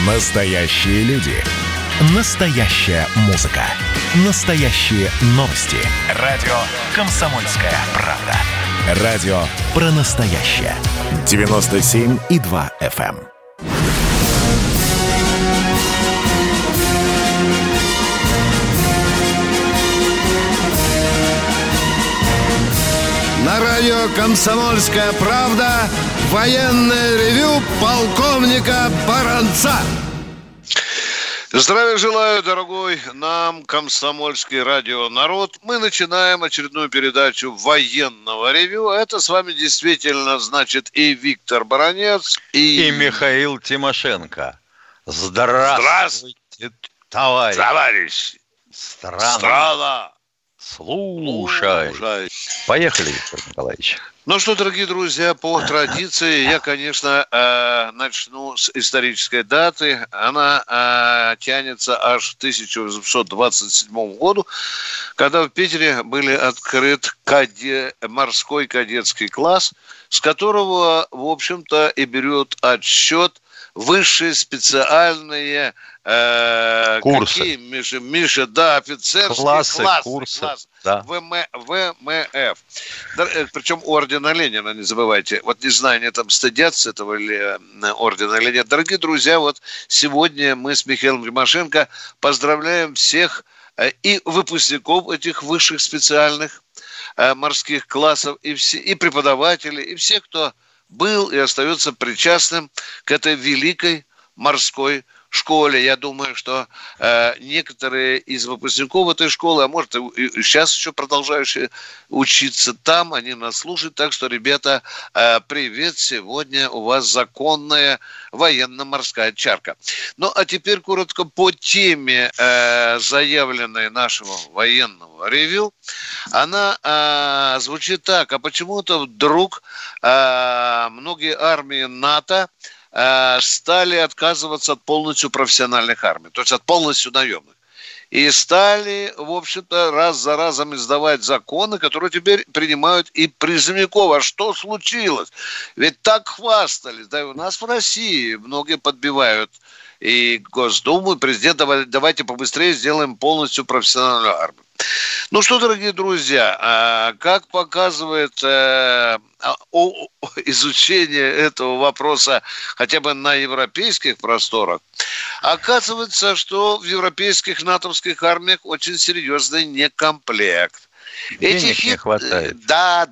Настоящие люди. Настоящая музыка. Настоящие новости. Радио «Комсомольская правда». Радио про настоящее. 97,2 FM. На радио «Комсомольская правда» военное ревю полковника Баранца. Здравия желаю, дорогой нам комсомольский радионарод. Мы начинаем очередную передачу военного ревю. Это с вами действительно, значит, и Виктор Баранец, и Михаил Тимошенко. Здравствуйте, товарищ. Страна. Слушай. Поехали, Виктор Николаевич. Ну что, дорогие друзья, по традиции я, конечно, начну с исторической даты. Она тянется аж в 1827 году, когда в Питере были открыт морской кадетский класс, с которого, в общем-то, и берет отсчет высшие специальные курсы. Какие, Миша, да, офицерские курсы. Да. ВМФ. Причем ордена Ленина, не забывайте. Вот не знаю, они там стыдятся этого или ордена или нет. Дорогие друзья, вот сегодня мы с Михаилом Тимошенко поздравляем всех и выпускников этих высших специальных морских классов, и преподавателей, и всех, кто был и остается причастным к этой великой морской школе. Я думаю, что некоторые из выпускников этой школы, а может и сейчас еще продолжающие учиться там, они нас слушают. Так что, ребята, привет, сегодня у вас законная военно-морская чарка. Ну, а теперь коротко по теме, заявленной нашего военного ревью. Она звучит так: а почему-то вдруг многие армии НАТО стали отказываться от полностью профессиональных армий, то есть от полностью наемных. И стали, в общем-то, раз за разом издавать законы, которые теперь принимают и призывников. А что случилось? Ведь так хвастались. Да, у нас в России многие подбивают и Госдуму, и президента: давайте побыстрее сделаем полностью профессиональную армию. Ну что, дорогие друзья, как показывает изучение этого вопроса хотя бы на европейских просторах, оказывается, что в европейских натовских армиях очень серьезный некомплект. Денег не хватает. Да.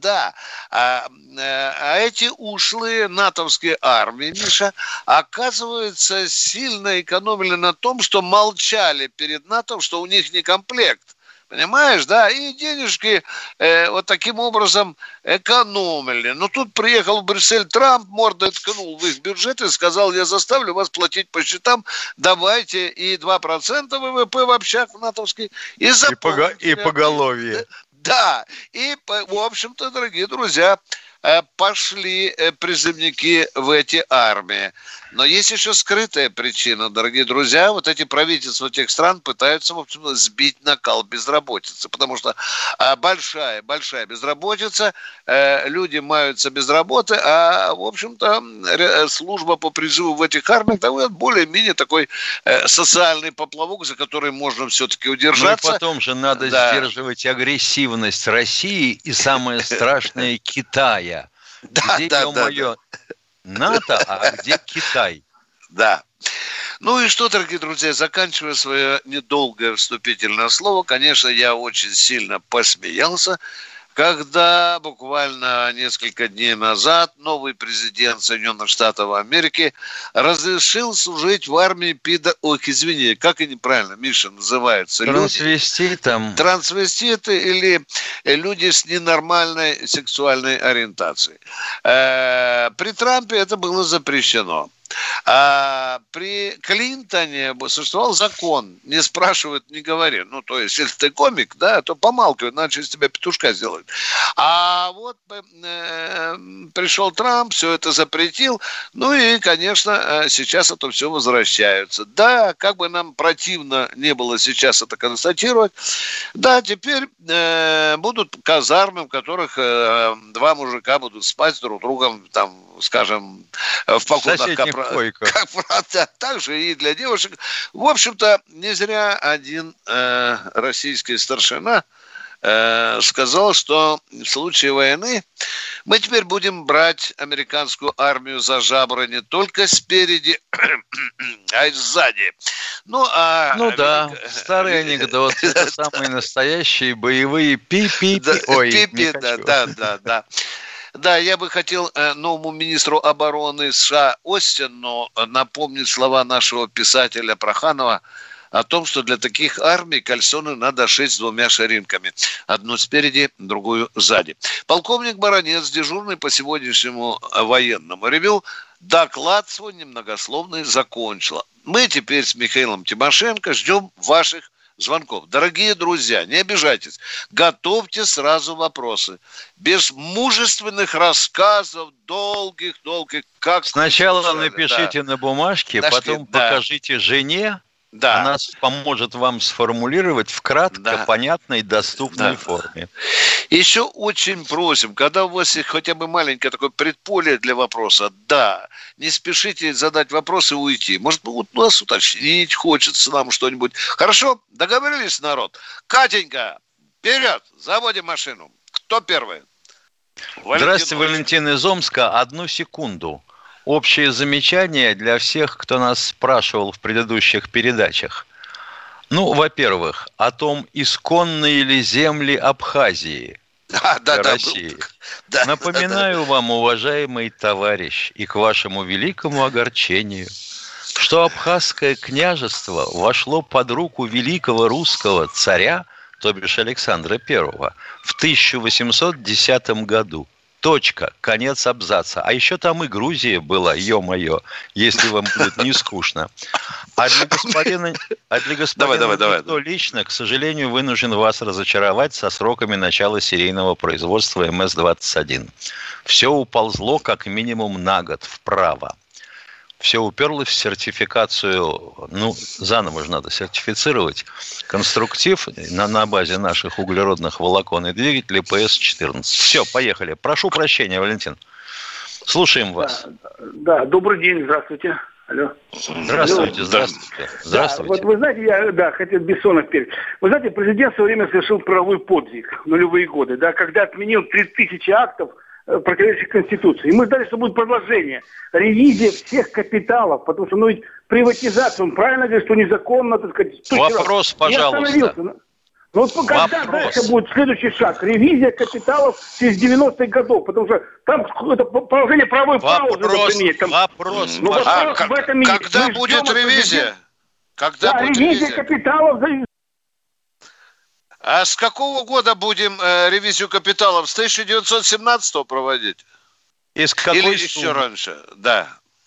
А эти ушлые натовские армии, Миша, оказывается, сильно экономили на том, что молчали перед НАТО, что у них не комплект. Понимаешь, да? И денежки вот таким образом экономили. Но тут приехал в Брюссель Трамп, мордой ткнул в их бюджет и сказал: я заставлю вас платить по счетам, давайте и 2% ВВП в общак в натовский, и запомните. И поголовье. Да, и, в общем-то, дорогие друзья, пошли призывники в эти армии. Но есть еще скрытая причина, дорогие друзья. Вот эти правительства тех стран пытаются, в общем-то, сбить накал безработицы. Потому что большая безработица, люди маются без работы, а, в общем-то, служба по призыву в этих армиях дает более-менее такой социальный поплавок, за который можно все-таки удержаться. Ну и потом же надо сдерживать агрессивность России и, самое страшное, Китая. Где, ё-моё, НАТО, а где Китай? Да. Ну и что, дорогие друзья, заканчивая свое недолгое вступительное слово, конечно, я очень сильно посмеялся, когда буквально несколько дней назад новый президент Соединенных Штатов Америки разрешил служить в армии как они правильно, Миша, называются? Трансвеститы или люди с ненормальной сексуальной ориентацией. При Трампе это было запрещено. А при Клинтоне существовал закон: не спрашивают, не говори. Ну, то есть, если ты комик, да, то помалкивай, иначе из тебя петушка сделают. А вот пришел Трамп, все это запретил. Ну и, конечно, сейчас это все возвращается. Да, как бы нам противно не было сейчас это констатировать, да, теперь будут казармы, в которых два мужика будут спать друг с другом там скажем, в погонах капрата, также и для девушек. В общем-то, не зря один российский старшина сказал, что в случае войны мы теперь будем брать американскую армию за жабры не только спереди, а и сзади. Да, старый анекдот. Это самые настоящие боевые пи-пи-пи. Ой, да. Да, я бы хотел новому министру обороны США Остину напомнить слова нашего писателя Проханова о том, что для таких армий кальсоны надо шить с двумя ширинками. Одну спереди, другую сзади. Полковник Баранец, дежурный по сегодняшнему военному ревью, доклад свой немногословный закончила. Мы теперь с Михаилом Тимошенко ждем ваших звонков. Дорогие друзья, не обижайтесь. Готовьте сразу вопросы. Без мужественных рассказов, долгих, как... Сначала напишите на бумажке, потом покажите жене. Да. Она поможет вам сформулировать в кратко, понятной, доступной форме. Еще очень просим, когда у вас есть хотя бы маленькое такое предполе для вопроса, не спешите задать вопрос и уйти. Может, у нас уточнить хочется нам что-нибудь. Хорошо? Договорились, народ? Катенька, вперед! Заводим машину. Кто первый? Здравствуйте, Валентин из Омска. 1 секунду. Общее замечание для всех, кто нас спрашивал в предыдущих передачах. Во-первых, о том, исконные ли земли Абхазии для России. Напоминаю вам, уважаемый товарищ, и к вашему великому огорчению, что Абхазское княжество вошло под руку великого русского царя, то бишь Александра I, в 1810 году. Точка, конец абзаца. А еще там и Грузия была, ё-моё, если вам будет не скучно. А для господина никто лично, к сожалению, вынужден вас разочаровать со сроками начала серийного производства МС-21. Все уползло как минимум на год вправо. Все уперлось в сертификацию, заново же надо сертифицировать, конструктив на базе наших углеродных волокон и двигателей ПС-14. Все, поехали. Прошу прощения, Валентин. Слушаем вас. Да, добрый день, здравствуйте. Алло. Здравствуйте. Вот вы знаете, я хотел Бессонов перед. Вы знаете, президент в свое время совершил правовой подвиг в нулевые годы, когда отменил 3000 актов, противоречащих Конституции. И мы ждали, что будет продолжение. Ревизия всех капиталов, потому что, ведь приватизация, он правильно говорит, что незаконно, так сказать. Вопрос, пожалуйста. Когда дальше будет следующий шаг? Ревизия капиталов через 90-х годов, потому что там это положение правовой паузы применять. Вопрос, когда будет ревизия? Ревизия капиталов. А с какого года будем ревизию капиталов? С 1917 проводить? Или еще раньше? Да.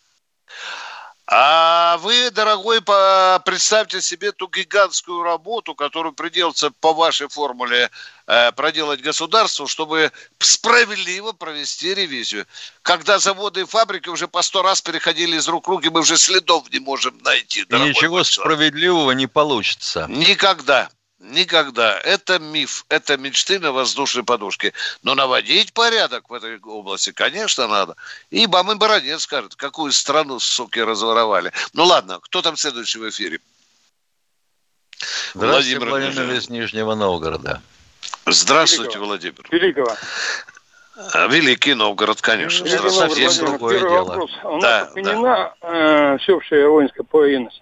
А вы, дорогой, представьте себе ту гигантскую работу, которую придется по вашей формуле проделать государству, чтобы справедливо провести ревизию. Когда заводы и фабрики уже по 100 раз переходили из рук в руки, мы уже следов не можем найти. Ничего справедливого не получится. Никогда. Это миф, это мечты на воздушной подушке. Но наводить порядок в этой области, конечно, надо. И Бамын Баранец скажет, какую страну, суки, разворовали. Ладно, кто там следующий в эфире? Здравствуйте, Владимир из Нижнего Новгорода. Здравствуйте, Владимир. Великого. Великий Новгород, конечно. Здравствуйте. Есть другое дело. Вопрос. У нас отменена всеобщая воинская повинность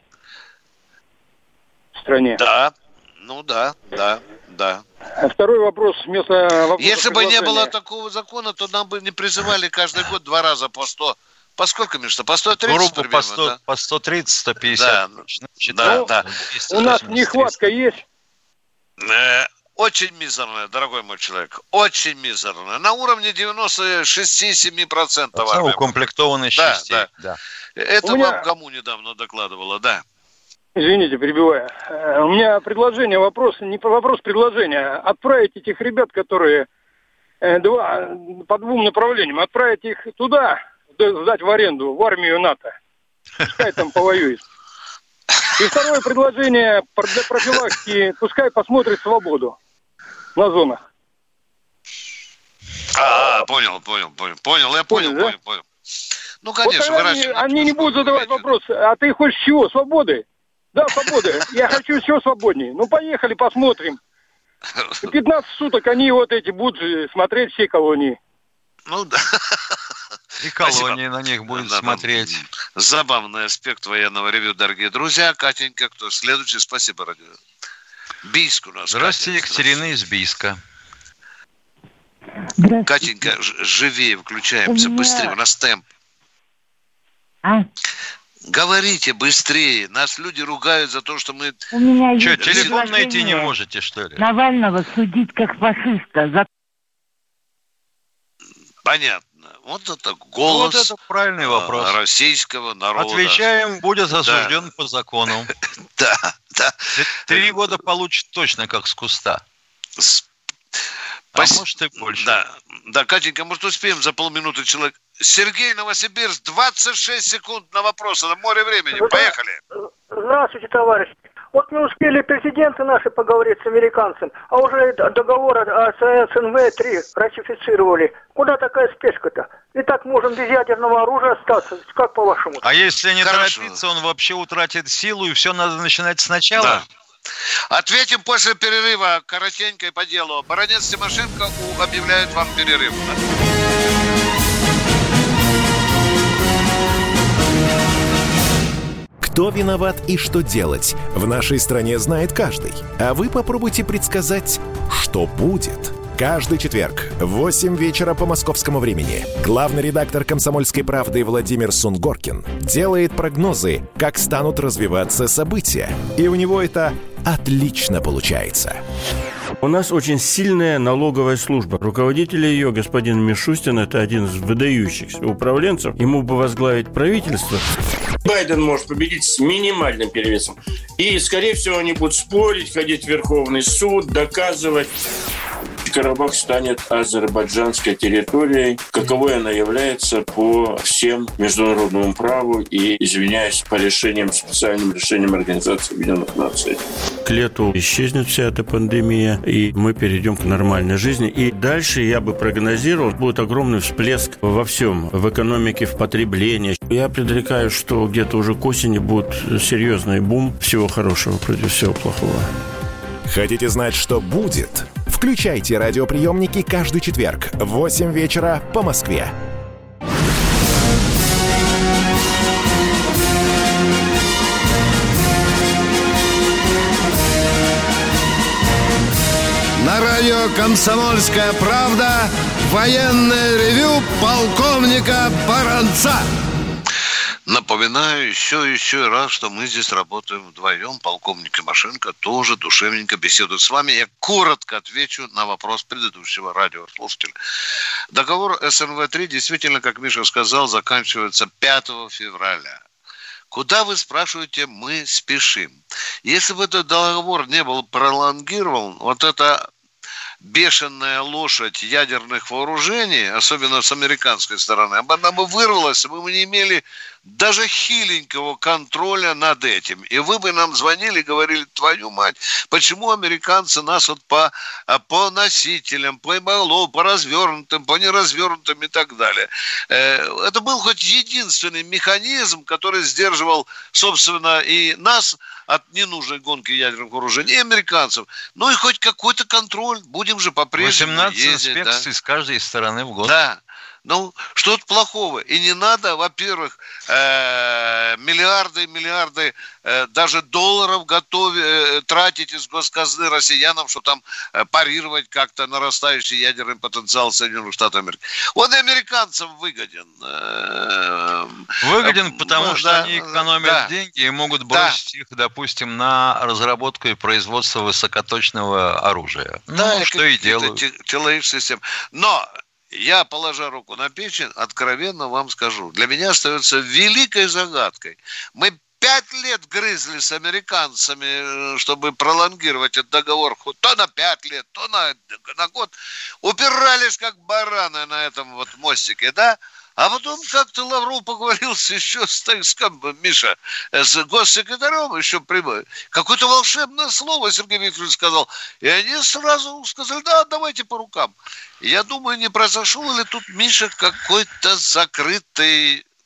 в стране. Да. Да. Второй вопрос. Если бы не было такого закона, то нам бы не призывали каждый год 2 раза по 100. По сколько, Миша? По 130 примерно? По 130, 150. Да. У нас нехватка есть? Очень мизерная, дорогой мой человек. Очень мизерная. На уровне 96-7%. Укомплектованность частей. Да. Это вам кому недавно докладывала, да. Извините, перебиваю. У меня предложение, предложение. Отправить этих ребят, которые по 2 направлениям, отправить их туда, сдать в аренду, в армию НАТО. Пускай там повоюет. И второе предложение для профилактики, пускай посмотрит «Свободу» на зонах. Понял. Я понял. Ну, конечно, вот они не будут задавать вопрос, а ты хочешь чего? Свободы? Да, свободы. Я хочу все свободнее. Ну, поехали, посмотрим. 15 суток они вот эти будут смотреть все колонии. Ну, да. И колонии на них будут смотреть. Забавный аспект военного ревью, дорогие друзья. Катенька, кто следующий? Спасибо, радио. Бийск у нас. Здравствуйте, Екатерина из Бийска. Катенька, живее включаемся, быстрее, у нас темп. Говорите быстрее, нас люди ругают за то, что мы... У меня что, телефон найти не можете, что ли? Навального судить как фашиста. Понятно. Вот это голос. Вот это правильный вопрос. Российского народа. Отвечаем, будет осужден по закону. Да. 3 года получит точно, как с куста. А может и больше. Да, Катенька, может, успеем за полминуты человек. Сергей, Новосибирск, 26 секунд на вопрос. Это море времени. Поехали. Здравствуйте, товарищ. Вот мы успели президенты наши поговорить с американцем, а уже договор о СНВ-3 ратифицировали. Куда такая спешка-то? И так можем без ядерного оружия остаться. Как по-вашему? А если не торопиться, он вообще утратит силу, и все надо начинать сначала? Да. Ответим после перерыва коротенько и по делу. Баронец Тимошенко объявляет вам перерыв. Кто виноват и что делать, в нашей стране знает каждый. А вы попробуйте предсказать, что будет. Каждый четверг в 8 вечера по московскому времени главный редактор «Комсомольской правды» Владимир Сунгоркин делает прогнозы, как станут развиваться события. И у него это отлично получается. У нас очень сильная налоговая служба. Руководитель ее, господин Мишустин, это один из выдающихся управленцев. Ему бы возглавить правительство. Байден может победить с минимальным перевесом. И, скорее всего, они будут спорить, ходить в Верховный суд, доказывать. Карабах станет азербайджанской территорией, каковой она является по всем международному праву и, извиняюсь, по специальным решениям Организации Объединенных Наций. К лету исчезнет вся эта пандемия, и мы перейдем к нормальной жизни. И дальше, я бы прогнозировал, будет огромный всплеск во всем, в экономике, в потреблении. Я предрекаю, что где-то уже к осени будет серьезный бум. Всего хорошего против всего плохого. Хотите знать, что будет? Включайте радиоприемники каждый четверг в 8 вечера по Москве. На радио «Комсомольская правда» военное ревю полковника Баранца. Напоминаю еще раз, что мы здесь работаем вдвоем. Полковник Тимошенко тоже душевненько беседует с вами. Я коротко отвечу на вопрос предыдущего радиослушателя. Договор СНВ-3 действительно, как Миша сказал, заканчивается 5 февраля. Куда, вы спрашиваете, мы спешим? Если бы этот договор не был пролонгирован, вот это... бешеная лошадь ядерных вооружений, особенно с американской стороны, она бы вырвалась, мы бы не имели даже хиленького контроля над этим. И вы бы нам звонили и говорили: твою мать, почему американцы нас вот по носителям, по развернутым, по неразвернутым и так далее. Это был хоть единственный механизм, который сдерживал, собственно, и нас от ненужной гонки ядерных вооружений, и американцев. Ну и хоть какой-то контроль. Будем же по-прежнему 18 ездить. инспекций с каждой стороны в год. Да. Ну, что тут плохого? И не надо, во-первых, миллиарды, даже долларов тратить из госказны россиянам, чтобы там парировать как-то нарастающий ядерный потенциал Соединенных Штатов Америки. Он и американцам выгоден. Выгоден, потому что они экономят деньги и могут бросить их, допустим, на разработку и производство высокоточного оружия. Да, что и делают. Человеческая система. Но я, положа руку на печень, откровенно вам скажу, для меня остается великой загадкой. Мы 5 лет грызли с американцами, чтобы пролонгировать этот договор то на 5 лет, то на год. Упирались как бараны на этом вот мостике, да? А потом как-то Лавров поговорил еще с Миша, с госсекретарем еще прямой. Какое-то волшебное слово Сергей Викторович сказал. И они сразу сказали: да, давайте по рукам. Я думаю, не произошел ли тут, Миша, какой-то закрытый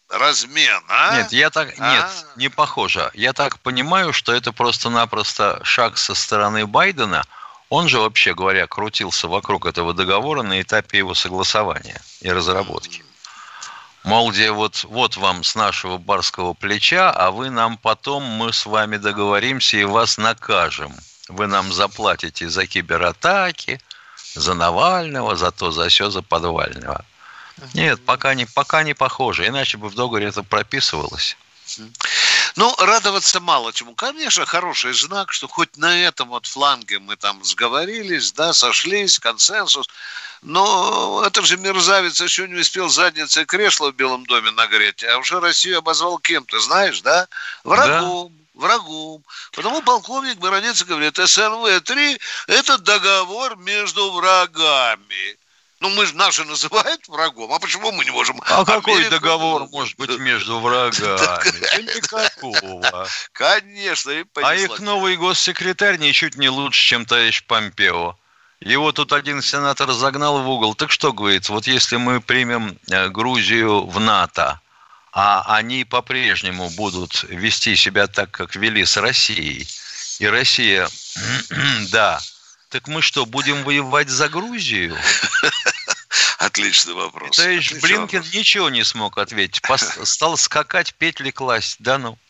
размен, а? Нет, нет, не похоже. Я так понимаю, что это просто-напросто шаг со стороны Байдена. Он же, вообще говоря, крутился вокруг этого договора на этапе его согласования и разработки. Мол, где вот вам с нашего барского плеча, а вы нам потом, мы с вами договоримся и вас накажем. Вы нам заплатите за кибератаки, за Навального, за то, за сё, за Подвального. Нет, пока не похоже, иначе бы в договоре это прописывалось. Ну, радоваться мало чему. Конечно, хороший знак, что хоть на этом вот фланге мы там сговорились, да, сошлись, консенсус. Но это же мерзавец еще не успел задницей кресло в Белом доме нагреть, а уже Россию обозвал кем, ты знаешь, да? Врагом. Потому полковник Баранец говорит, СНВ-3 – это договор между врагами. Ну, мы же наши называют врагом, а почему мы не можем... А какой договор может быть между врагами? Никакого. Конечно. А их новый госсекретарь ничуть не лучше, чем товарищ Помпео. Его тут один сенатор загнал в угол. Так что, говорит, вот если мы примем Грузию в НАТО, а они по-прежнему будут вести себя так, как вели с Россией, и Россия, да, так мы что, будем воевать за Грузию? Отличный вопрос. Товарищ Блинкен ничего не смог ответить. Стал скакать, петли класть. Да ну.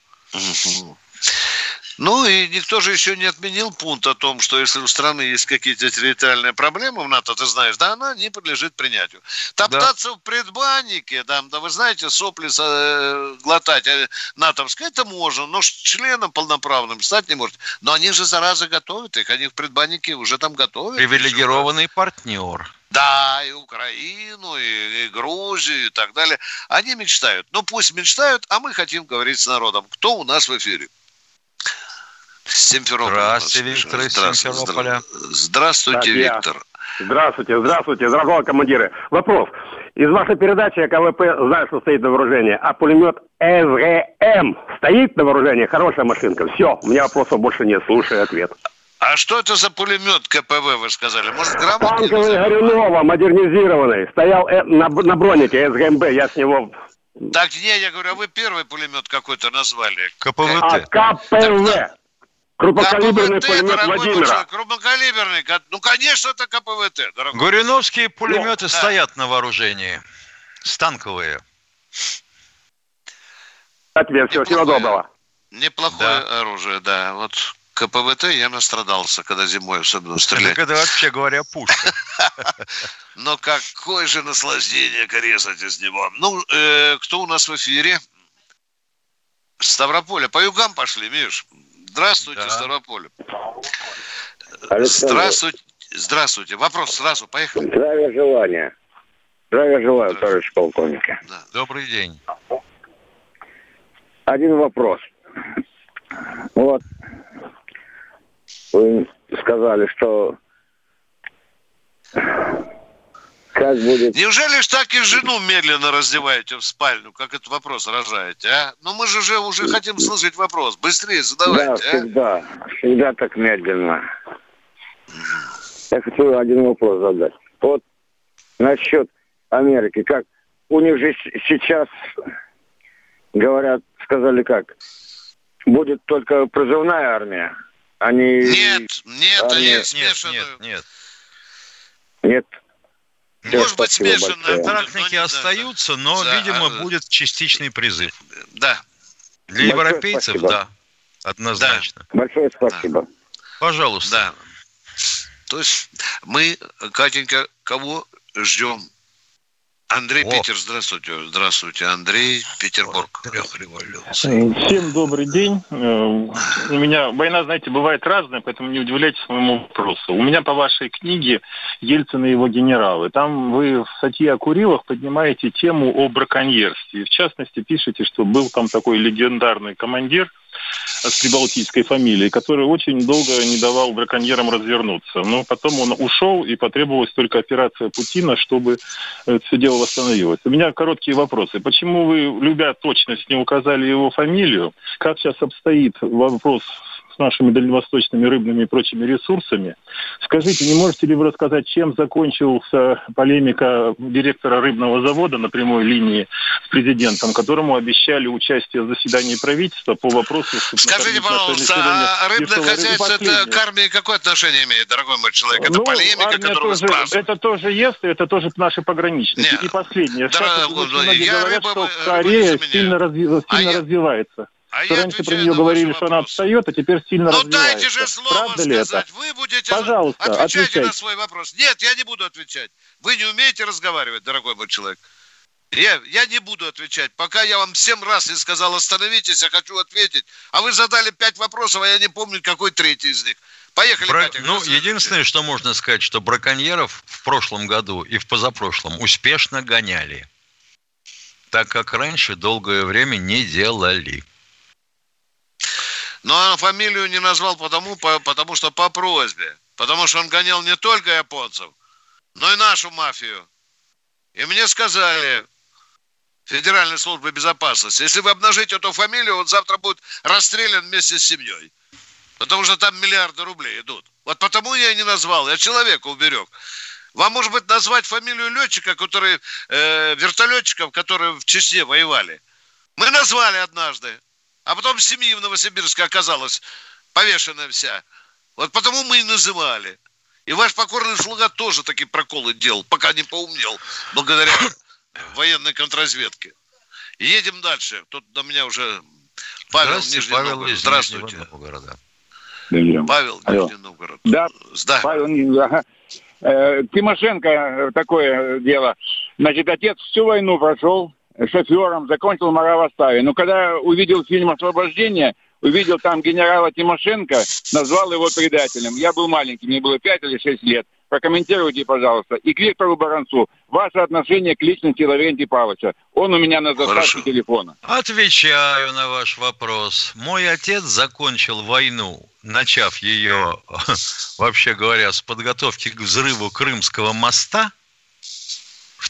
Ну, и никто же еще не отменил пункт о том, что если у страны есть какие-то территориальные проблемы в НАТО, ты знаешь, да, она не подлежит принятию. Топтаться в предбаннике, да вы знаете, сопли глотать натовской, это можно, но членом полноправным стать не может. Но они же, зараза, готовят их, они в предбаннике уже там готовят. Привилегированный партнер. Да, и Украину, и Грузию, и так далее. Они мечтают. Ну, пусть мечтают, а мы хотим говорить с народом. Кто у нас в эфире? Симферополь. Здравствуйте, Виктор из Симферополя. Здравствуйте, Виктор. Здравствуйте, здравствуйте, командиры. Вопрос. Из вашей передачи я КВП знаю, что стоит на вооружении, а пулемет СГМ стоит на вооружении? Хорошая машинка. Все, у меня вопросов больше нет. Слушаю ответ. А что это за пулемет КПВ, вы сказали? Может, грамотный? Танковый Горюнова, модернизированный. Стоял на бронике СГМБ, я с него... Так, не, я говорю, а вы первый пулемет какой-то назвали. КПВТ. А, КПВ. Крупнокалиберный пулемет Владимира. Крупнокалиберный. Ну, конечно, это КПВТ, дорогой. Горюновские пулеметы стоят на вооружении. Станковые. Ответ, всего доброго. Неплохое оружие, да. Вот КПВТ я настрадался, когда зимой особенно стрелять. Так это, вообще говоря, пушка. Но какое же наслаждение резать из него. Ну, кто у нас в эфире? Ставрополя. По югам пошли, Миш. Здравствуйте, да. Ставрополь. Здравствуйте. Вопрос сразу, поехали. Здравия желаю, товарищ полковник. Да. Добрый день. Один вопрос. Вот вы сказали, что как будет... Неужели ж так и жену медленно раздеваете в спальню, как этот вопрос рожаете, а? Ну мы же уже хотим слышать вопрос. Быстрее задавайте, да, всегда так медленно. Я хочу один вопрос задать. Вот насчет Америки. Как у них же сейчас говорят, сказали как, будет только призывная армия, а не... Нет. Может быть, смешанные. Контрактники остаются, но, видимо, будет частичный призыв. Да. Для европейцев, да, однозначно. Да. Большое спасибо. Да. Пожалуйста. Да. То есть мы, Катенька, кого ждем? Андрей Питер, здравствуйте. Здравствуйте, Андрей, Петербург. Всем добрый день. У меня война, знаете, бывает разная, поэтому не удивляйтесь моему вопросу. У меня по вашей книге «Ельцин и его генералы». Там вы в статье о Курилах поднимаете тему о браконьерстве. В частности, пишете, что был там такой легендарный командир с прибалтийской фамилией, который очень долго не давал браконьерам развернуться. Но потом он ушел, и потребовалась только операция Путина, чтобы это все дело восстановилось. У меня короткие вопросы. Почему вы, любя точность, не указали его фамилию? Как сейчас обстоит вопрос с нашими дальневосточными рыбными и прочими ресурсами. Скажите, не можете ли вы рассказать, чем закончилась полемика директора рыбного завода на прямой линии с президентом, которому обещали участие в заседании правительства по вопросу... Скажите, пожалуйста, а рыбное хозяйство это к армии какое отношение имеет, дорогой мой человек? Это полемика, которую вы спрашиваете. Это тоже есть, это тоже наши пограничники. Нет. И последнее. Сейчас многие я говорят, что Корея сильно развивается. Раньше про нее говорили, что она отстает, а теперь сильно развивается. Дайте же слово сказать. Вы будете отвечайте на свой вопрос. Нет, я не буду отвечать. Вы не умеете разговаривать, дорогой мой человек. Я не буду отвечать. Пока я вам 7 раз не сказал остановитесь, я хочу ответить. А вы задали 5 вопросов, а я не помню, какой третий из них. Поехали, Катя. Единственное, что можно сказать, что браконьеров в прошлом году и в позапрошлом успешно гоняли. Так как раньше долгое время не делали. Но он фамилию не назвал потому что по просьбе. Потому что он гонял не только японцев, но и нашу мафию. И мне сказали, Федеральной службы безопасности, если вы обнажите эту фамилию, он завтра будет расстрелян вместе с семьей. Потому что там миллиарды рублей идут. Вот потому я и не назвал, я человека уберег. Вам, может быть, назвать фамилию летчика, вертолетчиков, которые в Чечне воевали. Мы назвали однажды. А потом семьи в Новосибирске оказалась повешенная вся. Вот потому мы и называли. И ваш покорный слуга тоже такие проколы делал, пока не поумнел, благодаря военной контрразведке. Едем дальше. Тут до меня уже Павел Нижний Новгород. Здравствуйте. Павел Нижний Новгород. Да, Павел, Тимошенко такое дело. Значит, отец всю войну прошел шофером, закончил Маравоставе. Но когда увидел фильм «Освобождение», увидел там генерала Тимошенко, назвал его предателем. Я был маленький, мне было 5 или 6 лет. Прокомментируйте, пожалуйста. И к Виктору Баранцу. Ваше отношение к личности Лаврентия Павловича. Он у меня на заставке телефона. Отвечаю на ваш вопрос. Мой отец закончил войну, начав ее, вообще говоря, с подготовки к взрыву Крымского моста в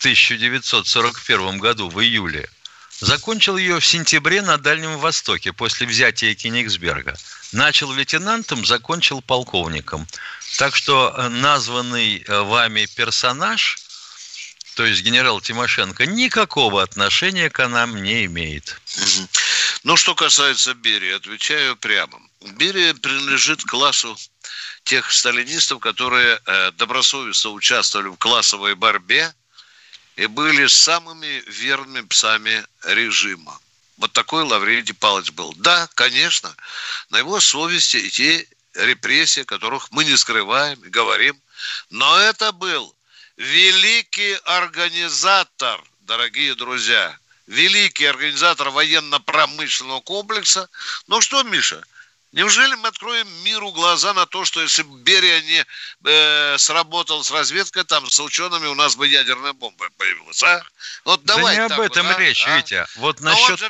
1941 году, в июле. Закончил ее в сентябре на Дальнем Востоке, после взятия Кенигсберга. Начал лейтенантом, закончил полковником. Так что названный вами персонаж, то есть генерал Тимошенко, никакого отношения к нам не имеет. Ну, что касается Берии, отвечаю прямо. Берия принадлежит к классу тех сталинистов, которые добросовестно участвовали в классовой борьбе и были самыми верными псами режима. Вот такой Лаврентий Павлович был. Да, конечно, на его совести и те репрессии, которых мы не скрываем и говорим. Но это был великий организатор, дорогие друзья. Великий организатор военно-промышленного комплекса. Ну что, Миша, неужели мы откроем миру глаза на то, что если бы Берия не сработал с разведкой, там, с учеными, у нас бы ядерная бомба появилась, а? Вот давай да не об этом вот, речь, Витя. Вот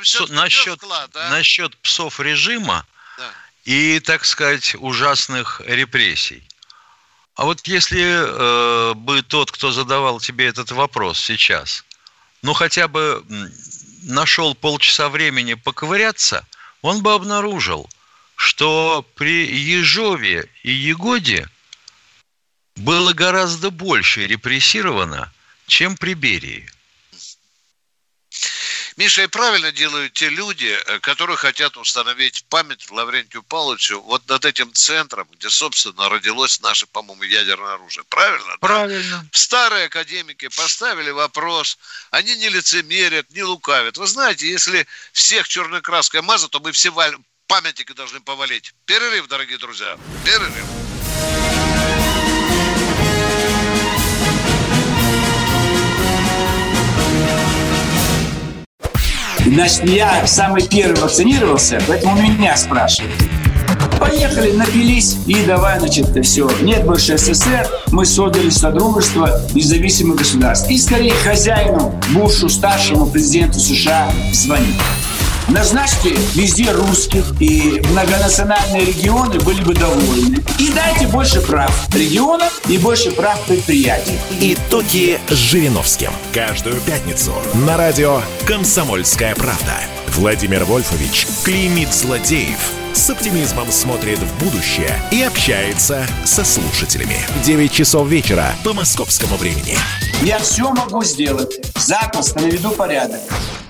насчет псов режима и, так сказать, ужасных репрессий. А вот если бы тот, кто задавал тебе этот вопрос сейчас, ну хотя бы нашел полчаса времени поковыряться, он бы обнаружил, что при Ежове и Егоде было гораздо больше репрессировано, чем при Берии. Миша, и правильно делают те люди, которые хотят установить память Лаврентию Павловичу вот над этим центром, где, собственно, родилось наше, по-моему, ядерное оружие. Правильно? Правильно. Да? Старые академики поставили вопрос, они не лицемерят, не лукавят. Вы знаете, если всех черной краской мазать, то мы все памятники должны повалить. Перерыв, дорогие друзья. Перерыв. Значит, я самый первый вакцинировался, поэтому меня спрашивают. Поехали, напились и давай, значит, все. Нет больше СССР, мы создали Содружество независимых государств. И скорее хозяину, Бушу, старшему президенту США звонить. Назначьте везде русских, и многонациональные регионы были бы довольны. И дайте больше прав регионам и больше прав предприятий. Итоги с Жириновским. Каждую пятницу на радио «Комсомольская правда». Владимир Вольфович клеймит злодеев с оптимизмом смотрит в будущее и общается со слушателями. 9 часов вечера по московскому времени. Я все могу сделать. Запросто наведу порядок.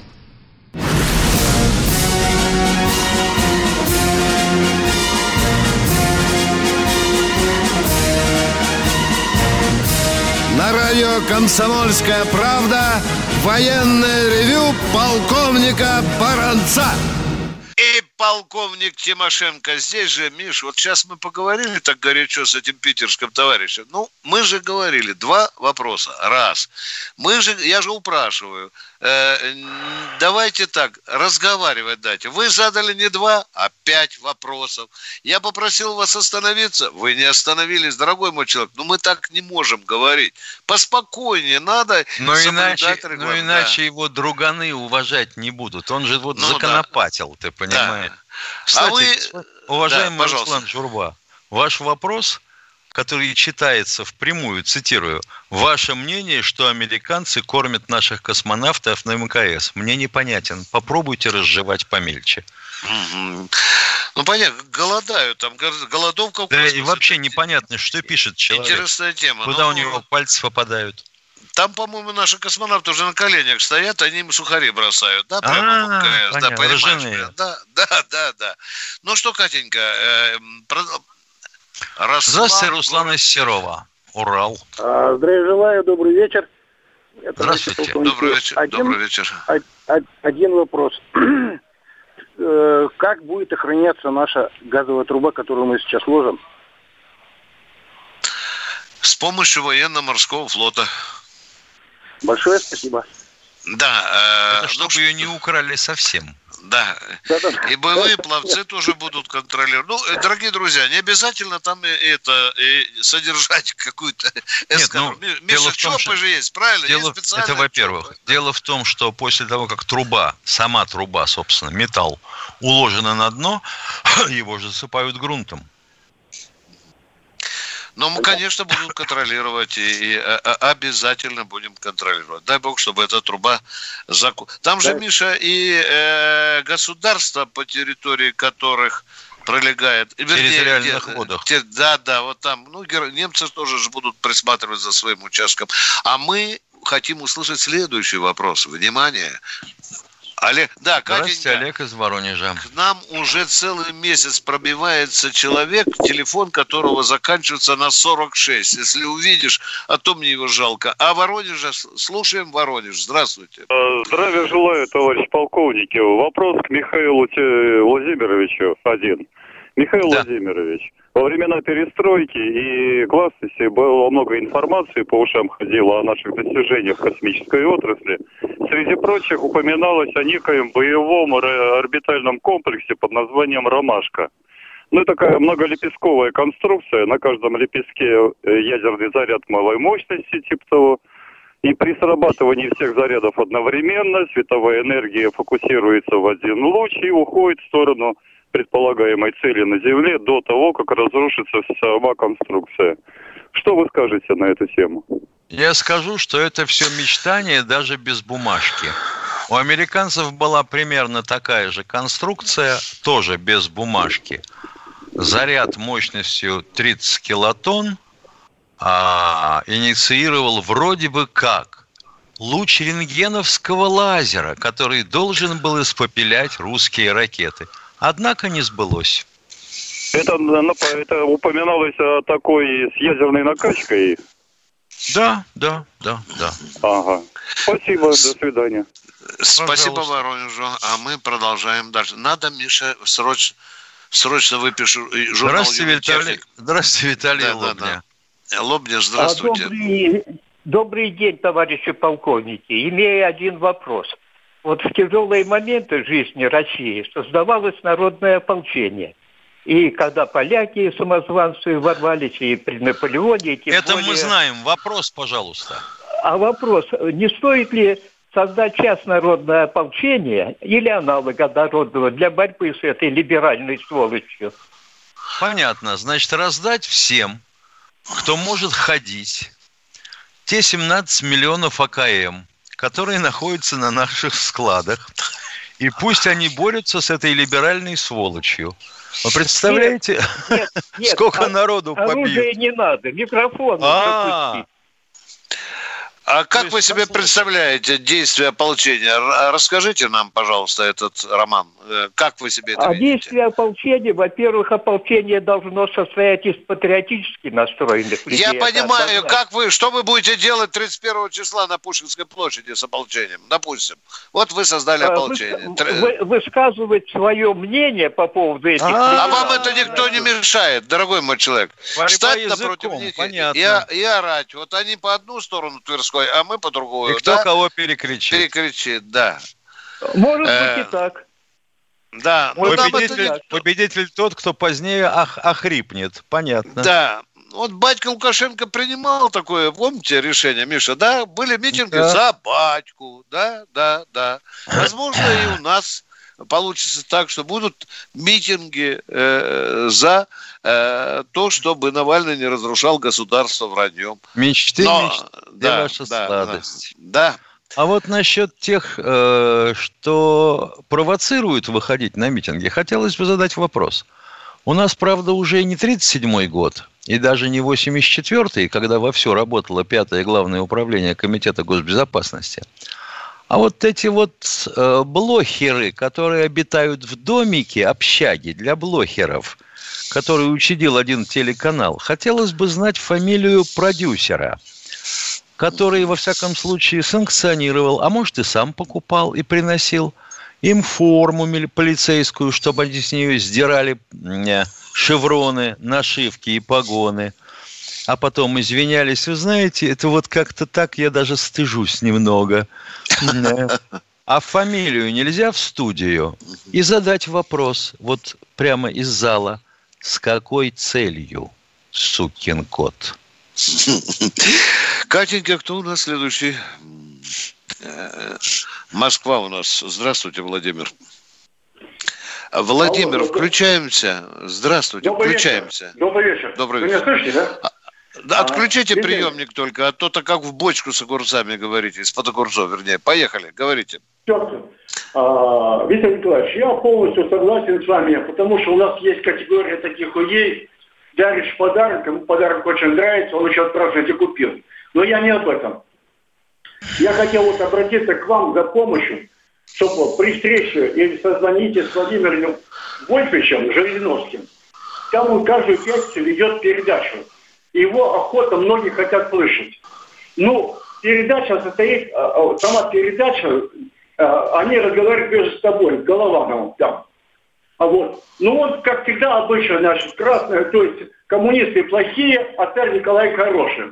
На радио «Комсомольская правда» военное ревю полковника Баранца. И полковник Тимошенко здесь же. Миш, вот сейчас мы поговорили так горячо с этим питерским товарищем. Ну, мы же говорили, 2 вопроса. Раз. Я же упрашиваю, давайте так, разговаривать дайте. Вы задали не 2, а 5 вопросов. Я попросил вас остановиться, вы не остановились, дорогой мой человек. Но мы так не можем говорить. Поспокойнее надо. Но иначе его друганы уважать не будут. Он же законопатил, ты понимаешь? Да. Кстати, уважаемый Руслан Журба, ваш вопрос, который читается впрямую, цитирую: «Ваше мнение, что американцы кормят наших космонавтов на МКС, мне непонятен. Попробуйте разжевать помельче». Ну, понятно, голодают, там голодовка в космосе. Да, и вообще непонятно, что пишет человек. Интересная тема. Куда у него пальцы попадают. Там, по-моему, наши космонавты уже на коленях стоят, они им сухари бросают, да, прямо в МКС, да, понимаешь? Да. Ну что, Катенька, Здравствуйте, Руслан из Серова, Урал. Здравия желаю, добрый вечер. Здравствуйте. Добрый вечер. Один вопрос. Как будет охраняться наша газовая труба, которую мы сейчас ложим? С помощью военно-морского флота. Большое спасибо. Да. Чтобы ее не украли совсем. Да. И боевые пловцы тоже будут контролировать. Ну, дорогие друзья, не обязательно там содержать какую-то эскадру. Миша, ЧОПы же есть, правильно? Это во-первых. Дело в том, что после того, как сама труба, собственно, металл, уложена на дно, его же засыпают грунтом. Но мы, конечно, будем контролировать и обязательно будем контролировать. Дай бог, чтобы эта труба Там же, Миша, и государства, по территории которых пролегает... В территориальных водах. Да, вот там. Ну, немцы тоже же будут присматривать за своим участком. А мы хотим услышать следующий вопрос. Внимание. Олег, да, Здравствуйте, Олег из Воронежа. К нам уже целый месяц пробивается человек, телефон которого заканчивается на 46. Если увидишь, а то мне его жалко. А Воронежа, слушаем Воронеж. Здравствуйте. Здравия желаю, товарищ полковники. Вопрос к Михаилу Владимировичу один. Михаил Владимирович, во времена перестройки и гласности было много информации, по ушам ходило о наших достижениях в космической отрасли. Среди прочих упоминалось о некоем боевом орбитальном комплексе под названием «Ромашка». Ну, такая многолепестковая конструкция, на каждом лепестке ядерный заряд малой мощности, типа того. И при срабатывании всех зарядов одновременно световая энергия фокусируется в один луч и уходит в сторону предполагаемой цели на Земле до того, как разрушится сама конструкция. Что вы скажете на эту тему? Я скажу, что это все мечтание даже без бумажки. У американцев была примерно такая же конструкция, тоже без бумажки. Заряд мощностью 30 килотонн инициировал вроде бы как луч рентгеновского лазера, который должен был испепелять русские ракеты. Однако не сбылось. Это упоминалось о такой с ядерной накачкой? Да. Ага. Спасибо, до свидания. Спасибо, Воронежу. А мы продолжаем дальше. Надо, Миша, срочно выпишу журнал «Юрий-техник». Здравствуйте, Виталий Лобня. Лобня, здравствуйте. Добрый день, товарищи полковники. Имею один вопрос. Вот в тяжелые моменты жизни России создавалось народное ополчение. И когда поляки самозванцы ворвались, и при Наполеоне... Это более... мы знаем. Вопрос, пожалуйста. А вопрос, не стоит ли создать частное ополчение или аналога народного для борьбы с этой либеральной сволочью? Понятно. Значит, раздать всем, кто может ходить, те 17 миллионов АКМ, которые находятся на наших складах, И пусть они борются с этой либеральной сволочью. Вы представляете, сколько народу побьют? Оружие не надо, микрофон пропусти. А как вы себе представляете действие ополчения? Расскажите нам, пожалуйста, этот роман. Как вы себе это видите? Действие ополчения, во-первых, ополчение должно состоять из патриотически настроенных людей. Я понимаю, что вы будете делать 31 числа на Пушкинской площади с ополчением, допустим. Вот вы создали ополчение. Высказывать свое мнение по поводу этих... А вам это никто не мешает, дорогой мой человек. Встать напротив них и орать. Вот они по одну сторону Тверской, а мы по другую. И кто кого перекричит. Перекричит, да. Может быть и так. Да. Победитель тот, кто позднее охрипнет. Понятно. Да. Вот батька Лукашенко принимал такое, помните, решение, Миша, да? Были митинги за батьку, да. Возможно, и у нас получится так, что будут митинги за то, чтобы Навальный не разрушал государство враньем. Мечты, ваша сладость. Да. А вот насчет тех, что провоцируют выходить на митинги, хотелось бы задать вопрос. У нас, правда, уже не 37-й год, и даже не 84-й, когда вовсю работало 5-е Главное управление Комитета госбезопасности. А вот эти вот блохеры, которые обитают в домике, общаги для блохеров, который учредил один телеканал, хотелось бы знать фамилию продюсера, который, во всяком случае, санкционировал, а может и сам покупал и приносил им форму полицейскую, чтобы они с нее сдирали шевроны, нашивки и погоны, а потом извинялись. Вы знаете, это вот как-то так, я даже стыжусь немного. А фамилию нельзя в студию и задать вопрос вот прямо из зала. С какой целью, сукин кот? Катенька, кто у нас следующий? Москва у нас. Здравствуйте, Владимир. Владимир, включаемся. Здравствуйте, включаемся. Добрый вечер. Добрый вечер. Вы меня слышите, да? Отключите приемник только, а то-то как в бочку с огурцами говорите, из-под огурцов, вернее. Поехали, говорите. Виктор Николаевич, я полностью согласен с вами, потому что у нас есть категория таких людей, даришь подарок, ему подарок очень нравится, он еще отпрашивает и купил. Но я не об этом. Я хотел вот обратиться к вам за помощью, чтобы при встрече или созвоните с Владимиром Вольфовичем Жириновским. Там он каждую пятницу ведет передачу. Его охота многие хотят слышать. Ну, передача состоит, сама передача, они разговаривают между собой, Головановым там. А вот. Ну вот, как всегда, обычно, значит, красное, то есть коммунисты плохие, а царь Николай хороший.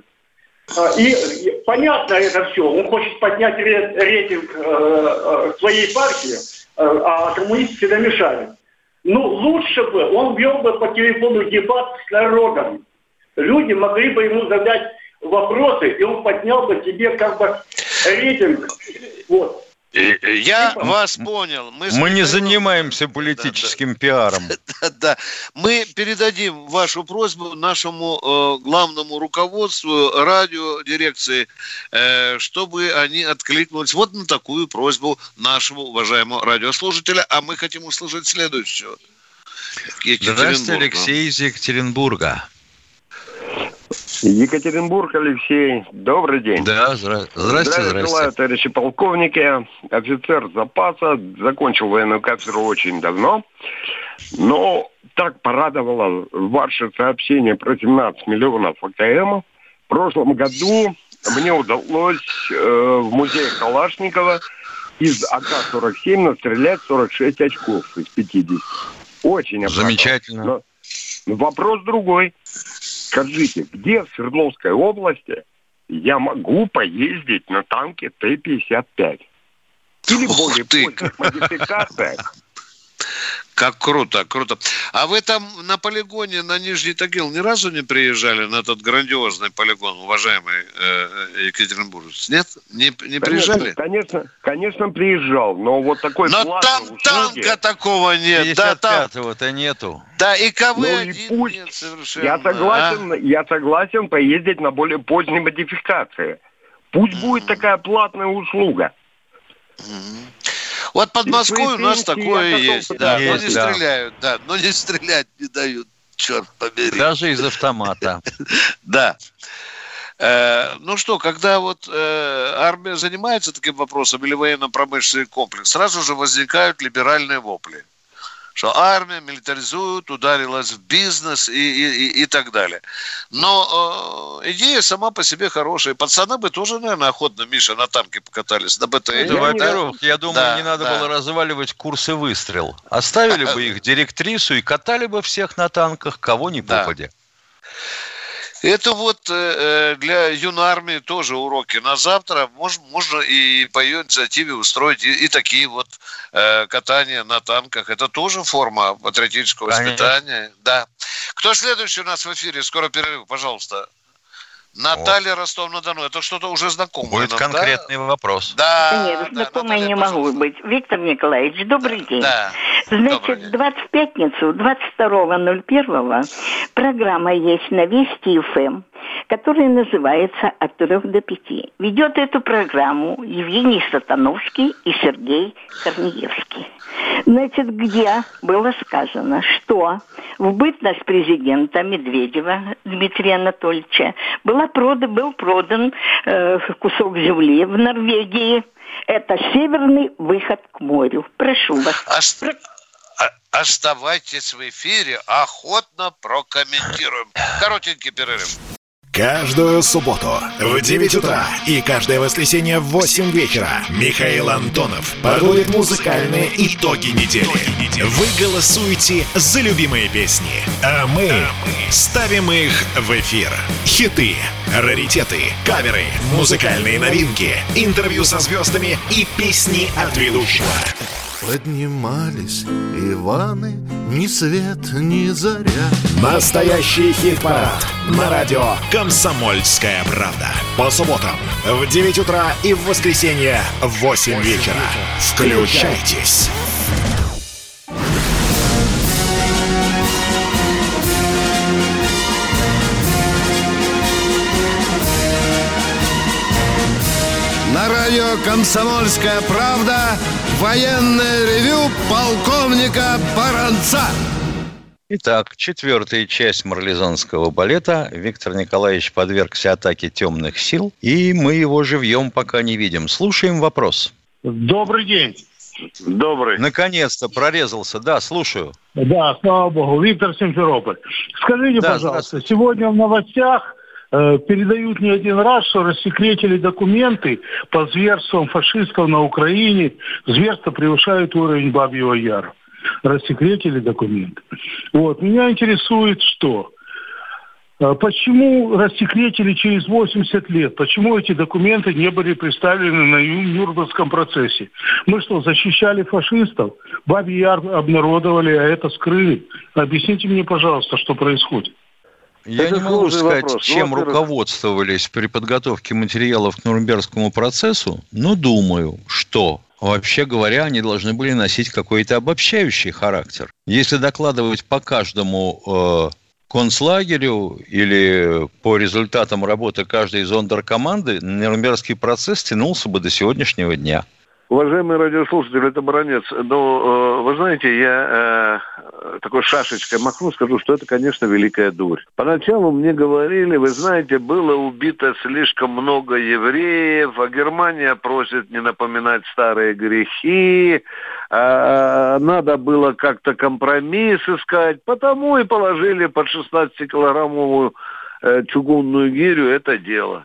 И понятно это все. Он хочет поднять рейтинг своей партии, а коммунисты всегда мешали. Ну, лучше бы он вел бы по телефону дебат с народом. Люди могли бы ему задать вопросы, и он поднял бы себе как бы рейтинг. Вот. Я вас понял. Мы не занимаемся политическим пиаром. Да. Мы передадим вашу просьбу нашему главному руководству радиодирекции, чтобы они откликнулись вот на такую просьбу нашего уважаемого радиослушателя. А мы хотим услышать следующего. Здравствуйте, Алексей из Екатеринбурга. Екатеринбург, Алексей. Добрый день. Да, здравствуйте. Желаю, товарищи полковники. Офицер запаса. Закончил военную кафедру очень давно. Но так порадовало ваше сообщение про 17 миллионов АКМ. В прошлом году мне удалось в музее Калашникова из АК-47 настрелять 46 очков из 50. Очень обрадовал. Замечательно. Но вопрос другой. Скажите, где в Свердловской области я могу поездить на танке Т-55? Или в более поздних модификациях? Как круто, круто. А вы там на полигоне на Нижний Тагил ни разу не приезжали, на этот грандиозный полигон, уважаемый екатеринбуржец? Нет? Не приезжали? Конечно, приезжал, но вот такой... Но там танка такого нет. 55-го-то нету. Да, и КВ-1 нет совершенно. Я согласен поездить на более поздней модификации. Пусть будет такая платная услуга. Вот под Москвой у нас такое есть. Да, но не да. стреляют, да, но не стрелять не дают, черт побери. Даже из автомата. Да. Ну что, когда вот армия занимается таким вопросом или военно-промышленный комплекс, сразу же возникают либеральные вопли. Что армия милитаризует, ударилась в бизнес и так далее. Но идея сама по себе хорошая. Пацаны бы тоже, наверное, охотно, Миша, на танке покатались, на БТРе. Во-первых, я думаю, не надо было разваливать курсы выстрел. Оставили бы их директрису и катали бы всех на танках, кого ни попадя. Это вот для юной армии тоже уроки на завтра. Можно и по ее инициативе устроить и такие вот катания на танках. Это тоже форма патриотического воспитания. Да. Кто следующий у нас в эфире? Скоро перерыв, пожалуйста. Наталья, Ростов-на-Дону. Это что-то уже знакомое. Будет нам, конкретный вопрос. Да. Нет, знакомой не могу быть. Виктор Николаевич, добрый день. Да. Значит, в пятницу, 22.01, программа есть на Вести ФМ, которая называется «От 3 до 5». Ведет эту программу Евгений Сатановский и Сергей Корнеевский. Значит, где было сказано, что в бытность президента Медведева Дмитрия Анатольевича был продан кусок земли в Норвегии. Это северный выход к морю. Прошу вас. Оставайтесь в эфире, охотно прокомментируем. Коротенький перерыв. Каждую субботу в 9 утра и каждое воскресенье в 8 вечера Михаил Антонов подводит музыкальные итоги недели. Вы голосуете за любимые песни, а мы ставим их в эфир. Хиты, раритеты, каверы, музыкальные новинки, интервью со звездами и песни от ведущего. Поднимались Иваны, ни свет, ни заря. Настоящий хит-парад на радио «Комсомольская правда». По субботам в 9 утра и в воскресенье в 8 вечера. Включайтесь. На радио «Комсомольская правда» военное ревю полковника Баранца. Итак, 4-я часть марлезонского балета. Виктор Николаевич подвергся атаке темных сил, и мы его живьем пока не видим. Слушаем вопрос. Добрый день. Добрый. Наконец-то прорезался. Да, слушаю. Да, слава богу. Виктор Симферополь. Скажите, пожалуйста, сегодня в новостях передают не один раз, что рассекретили документы по зверствам фашистов на Украине. Зверства превышают уровень Бабьего Яру. Рассекретили документы. Вот. Меня интересует, что? Почему рассекретили через 80 лет? Почему эти документы не были представлены на Нюрнбергском процессе? Мы что, защищали фашистов? Бабий Яр обнародовали, а это скрыли. Объясните мне, пожалуйста, что происходит. Я не могу сказать, чем руководствовались при подготовке материалов к Нюрнбергскому процессу, но думаю, что, вообще говоря, они должны были носить какой-то обобщающий характер. Если докладывать по каждому концлагерю или по результатам работы каждой зондеркоманды, Нюрнбергский процесс тянулся бы до сегодняшнего дня. Уважаемые радиослушатели, это Баранец. Но, вы знаете, я такой шашечкой махну, скажу, что это, конечно, великая дурь. Поначалу мне говорили, вы знаете, было убито слишком много евреев, а Германия просит не напоминать старые грехи, надо было как-то компромисс искать, потому и положили под 16-килограммовую чугунную гирю это дело.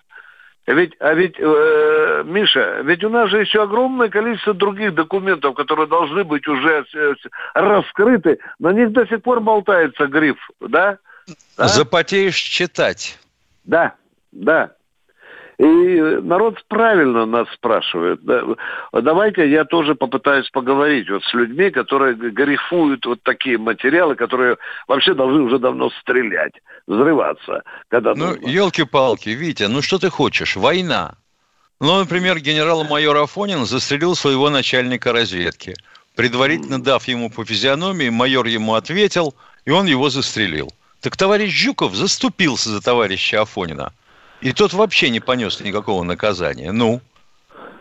Миша, ведь у нас же еще огромное количество других документов, которые должны быть уже раскрыты, на них до сих пор болтается гриф, да? Запотеешь читать. Да. И народ правильно нас спрашивает. Давайте я тоже попытаюсь поговорить вот с людьми, которые грифуют вот такие материалы, которые вообще должны уже давно стрелять, взрываться. Елки-палки, Витя, что ты хочешь? Война. Например, генерал-майор Афонин застрелил своего начальника разведки. Предварительно дав ему по физиономии, майор ему ответил, и он его застрелил. Так товарищ Жуков заступился за товарища Афонина. И тот вообще не понес никакого наказания.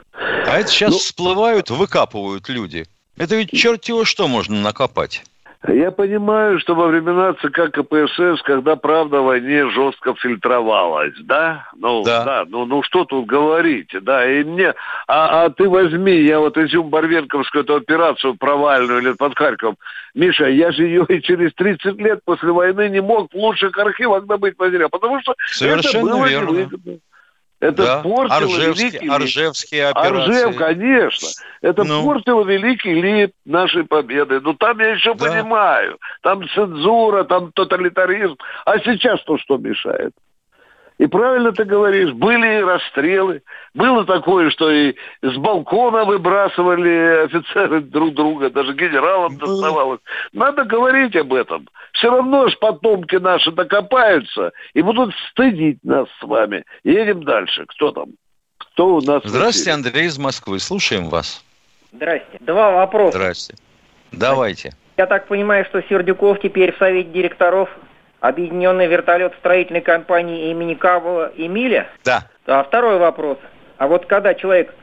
А это сейчас всплывают, выкапывают люди. Это ведь черт его что можно накопать. Я понимаю, что во времена ЦК КПСС, когда правда о войне жестко фильтровалась, да? Ну что тут говорить, да? И мне, ты возьми, я вот Изюм-Барвенковскую эту операцию провальную или под Харьковом, Миша, я же ее и через 30 лет после войны не мог в лучших архивах добыть материал, потому что совершенно это было верно. Невыгодно. Это портило великий Оржевские операции. Оржев, конечно. Это портило великий лик нашей победы. Ну, там я еще понимаю. Там цензура, там тоталитаризм. А сейчас-то что мешает? И правильно ты говоришь, были и расстрелы. Было такое, что и с балкона выбрасывали офицеры друг друга, даже генералам доставалось. Надо говорить об этом. Все равно ж потомки наши докопаются и будут стыдить нас с вами. Едем дальше. Кто там? Кто у нас? Здравствуйте, Андрей из Москвы. Слушаем вас. Здрасте. Два вопроса. Здрасте. Давайте. Я так понимаю, что Сердюков теперь в совете директоров Объединенной вертолет-строительной компании имени Кавова Эмиля? Да. А второй вопрос. А вот когда человек,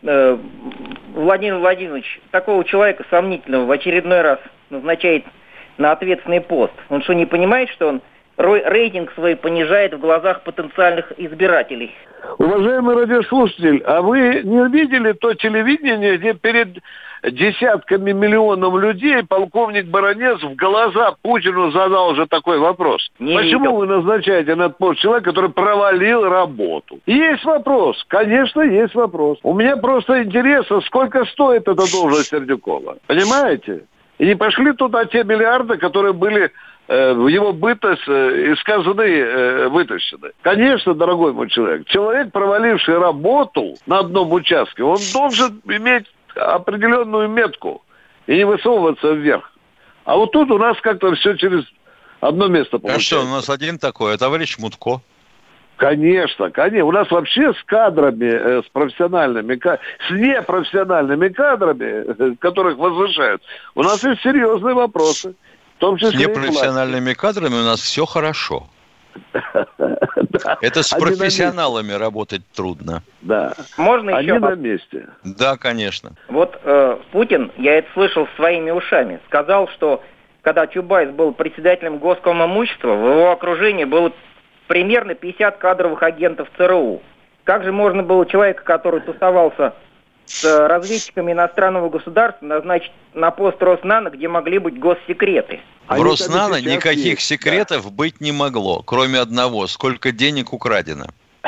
Владимир Владимирович, такого человека сомнительного в очередной раз назначает на ответственный пост, он что, не понимает, что он рейтинг свой понижает в глазах потенциальных избирателей? Уважаемый радиослушатель, а вы не видели то телевидение, где перед десятками миллионов людей полковник Баранец в глаза Путину задал уже такой вопрос? Почему вы назначаете на этот пост человека, который провалил работу? Есть вопрос, конечно, есть вопрос. У меня просто интересно, сколько стоит эта должность Сердюкова. Понимаете? И не пошли туда те миллиарды, которые были в его бытность из казны вытащены. Конечно, дорогой мой человек, проваливший работу на одном участке, он должен иметь определенную метку и не высовываться вверх. А вот тут у нас как-то все через одно место получается. А что, у нас один такой, товарищ Мутко. Конечно, конечно. У нас вообще с кадрами, с профессиональными, с непрофессиональными кадрами, которых возвышают, у нас есть серьезные вопросы. В том числе с непрофессиональными кадрами у нас все хорошо. Это с профессионалами работать трудно. Да. Можно еще? Они на месте. Да, конечно. Вот Путин, я это слышал своими ушами, сказал, что когда Чубайс был председателем Госкомимущества, в его окружении было примерно 50 кадровых агентов ЦРУ. Как же можно было человека, который тусовался с разведчиками иностранного государства, назначить на пост Роснано, где могли быть госсекреты? В Роснано никаких секретов быть не могло, кроме одного: сколько денег украдено.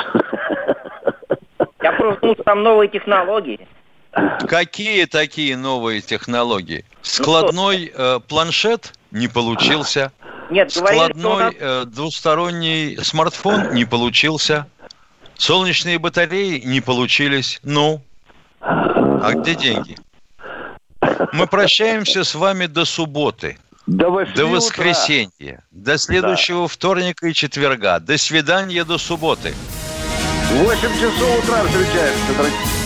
Я просто там новые технологии. Какие такие новые технологии? Складной планшет не получился. Нет, складной двусторонний смартфон не получился. Солнечные батареи не получились. Ну, а где деньги? Мы прощаемся с вами до субботы. До воскресенья. До следующего вторника и четверга. До свидания, до субботы. 8 часов утра встречаемся, дорогие.